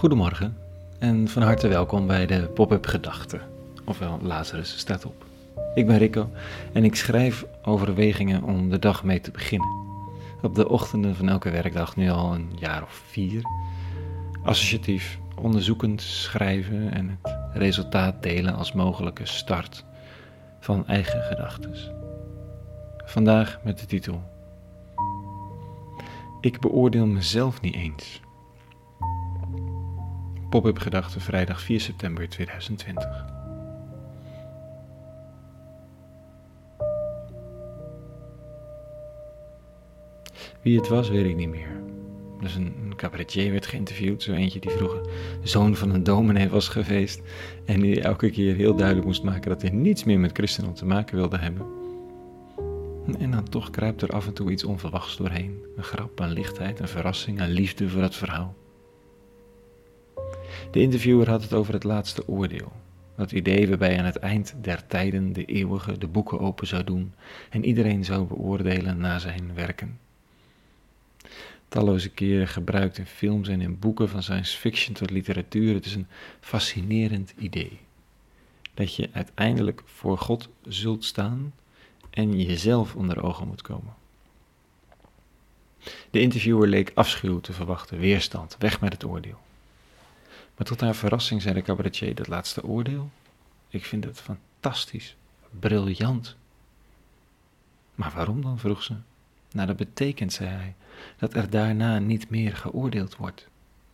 Goedemorgen en van harte welkom bij de Pop-up Gedachten, ofwel Lazarus staat op. Ik ben Rico en ik schrijf overwegingen om de dag mee te beginnen. Op de ochtenden van elke werkdag nu al een jaar of 4. Associatief, onderzoekend schrijven en het resultaat delen als mogelijke start van eigen gedachten. Vandaag met de titel: Ik beoordeel mezelf niet eens. Pop-up Gedachten, vrijdag 4 september 2020. Wie het was, weet ik niet meer. Dus een cabaretier werd geïnterviewd, zo eentje die vroeger zoon van een dominee was geweest en die elke keer heel duidelijk moest maken dat hij niets meer met christendom te maken wilde hebben. En dan toch kruipt er af en toe iets onverwachts doorheen. Een grap, een lichtheid, een verrassing, een liefde voor het verhaal. De interviewer had het over het laatste oordeel. Dat idee waarbij aan het eind der tijden de eeuwige de boeken open zou doen en iedereen zou beoordelen naar zijn werken. Talloze keren gebruikt in films en in boeken van science fiction tot literatuur. Het is een fascinerend idee. Dat je uiteindelijk voor God zult staan en jezelf onder ogen moet komen. De interviewer leek afschuw te verwachten, weerstand, weg met het oordeel. Maar tot haar verrassing zei de cabaretier: dat laatste oordeel? Ik vind het fantastisch, briljant. Maar waarom dan, vroeg ze. Nou, dat betekent, zei hij, dat er daarna niet meer geoordeeld wordt.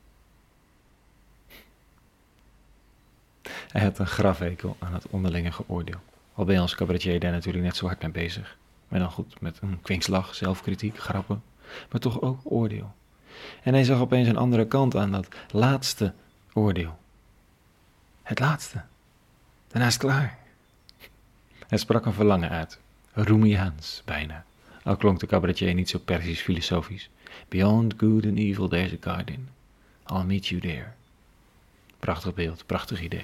Hij had een grafhekel aan het onderlinge geoordeel. Al ben je als cabaretier daar natuurlijk net zo hard mee bezig. Maar dan goed, met een kwinkslag, zelfkritiek, grappen, maar toch ook oordeel. En hij zag opeens een andere kant aan dat laatste oordeel. Het laatste. Daarna is het klaar. Hij sprak een verlangen uit. Roemiaans, bijna. Al klonk de cabaretier niet zo persisch filosofisch. Beyond good and evil there's a garden. I'll meet you there. Prachtig beeld, prachtig idee.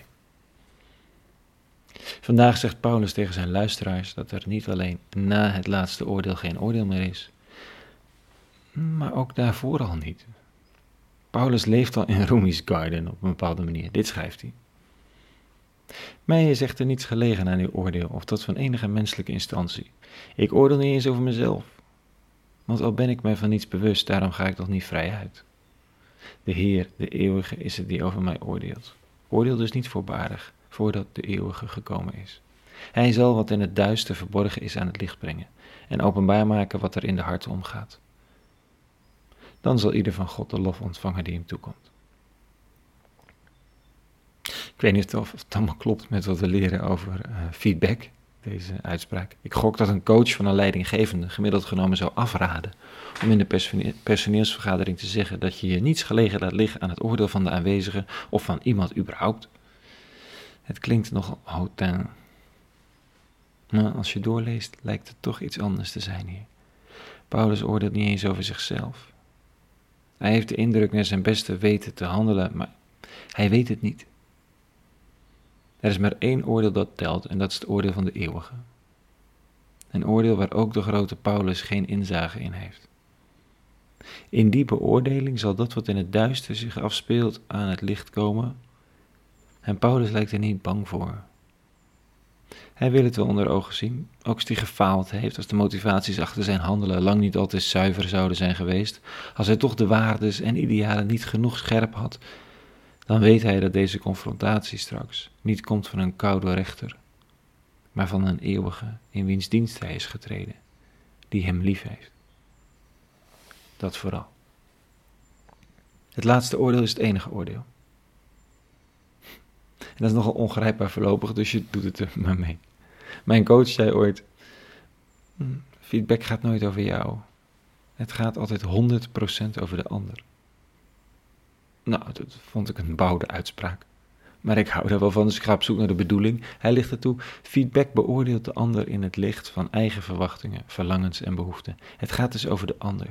Vandaag zegt Paulus tegen zijn luisteraars dat er niet alleen na het laatste oordeel geen oordeel meer is, maar ook daarvoor al niet. Paulus leeft al in Rumi's garden op een bepaalde manier. Dit schrijft hij. Mij is echter niets gelegen aan uw oordeel of dat van enige menselijke instantie. Ik oordeel niet eens over mezelf. Want al ben ik mij van niets bewust, daarom ga ik toch niet vrij uit. De Heer, de Eeuwige, is het die over mij oordeelt. Oordeel dus niet voorbarig, voordat de Eeuwige gekomen is. Hij zal wat in het duister verborgen is aan het licht brengen en openbaar maken wat er in de harten omgaat. Dan zal ieder van God de lof ontvangen die hem toekomt. Ik weet niet of het allemaal klopt met wat we leren over feedback, deze uitspraak. Ik gok dat een coach van een leidinggevende gemiddeld genomen zou afraden om in de personeelsvergadering te zeggen dat je niets gelegen laat liggen aan het oordeel van de aanwezigen of van iemand überhaupt. Het klinkt nogal hautain. Maar als je doorleest, lijkt het toch iets anders te zijn hier. Paulus oordeelt niet eens over zichzelf. Hij heeft de indruk naar zijn beste weten te handelen, maar hij weet het niet. Er is maar één oordeel dat telt en dat is het oordeel van de eeuwige. Een oordeel waar ook de grote Paulus geen inzage in heeft. In die beoordeling zal dat wat in het duister zich afspeelt aan het licht komen. En Paulus lijkt er niet bang voor. Hij wil het wel onder ogen zien, ook als hij gefaald heeft, als de motivaties achter zijn handelen lang niet altijd zuiver zouden zijn geweest, als hij toch de waardes en idealen niet genoeg scherp had, dan weet hij dat deze confrontatie straks niet komt van een koude rechter, maar van een eeuwige in wiens dienst hij is getreden, die hem lief heeft. Dat vooral. Het laatste oordeel is het enige oordeel. En dat is nogal ongrijpbaar voorlopig, dus je doet het er maar mee. Mijn coach zei ooit: feedback gaat nooit over jou. Het gaat altijd 100% over de ander. Nou, dat vond ik een boude uitspraak. Maar ik hou daar wel van, dus ik ga op zoek naar de bedoeling. Hij ligt ertoe: feedback beoordeelt de ander in het licht van eigen verwachtingen, verlangens en behoeften. Het gaat dus over de ander.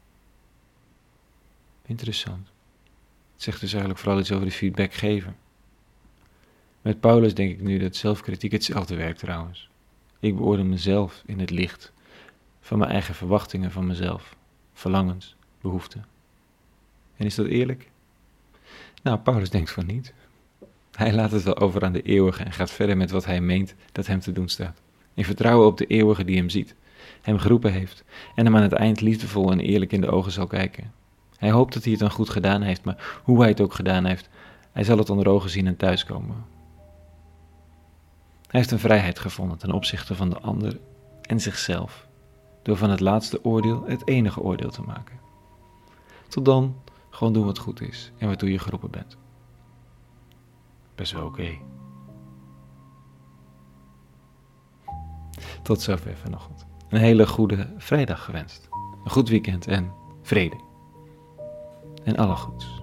Interessant. Het zegt dus eigenlijk vooral iets over de feedbackgever. Met Paulus denk ik nu dat zelfkritiek hetzelfde werkt trouwens. Ik beoordeel mezelf in het licht van mijn eigen verwachtingen van mezelf, verlangens, behoeften. En is dat eerlijk? Nou, Paulus denkt van niet. Hij laat het wel over aan de eeuwige en gaat verder met wat hij meent dat hem te doen staat. In vertrouwen op de eeuwige die hem ziet, hem geroepen heeft en hem aan het eind liefdevol en eerlijk in de ogen zal kijken. Hij hoopt dat hij het dan goed gedaan heeft, maar hoe hij het ook gedaan heeft, hij zal het onder ogen zien en thuiskomen. Hij heeft een vrijheid gevonden ten opzichte van de ander en zichzelf, door van het laatste oordeel het enige oordeel te maken. Tot dan, gewoon doen wat goed is en waartoe je geroepen bent. Best wel oké. Tot zover vanochtend. Een hele goede vrijdag gewenst. Een goed weekend en vrede. En alle goeds.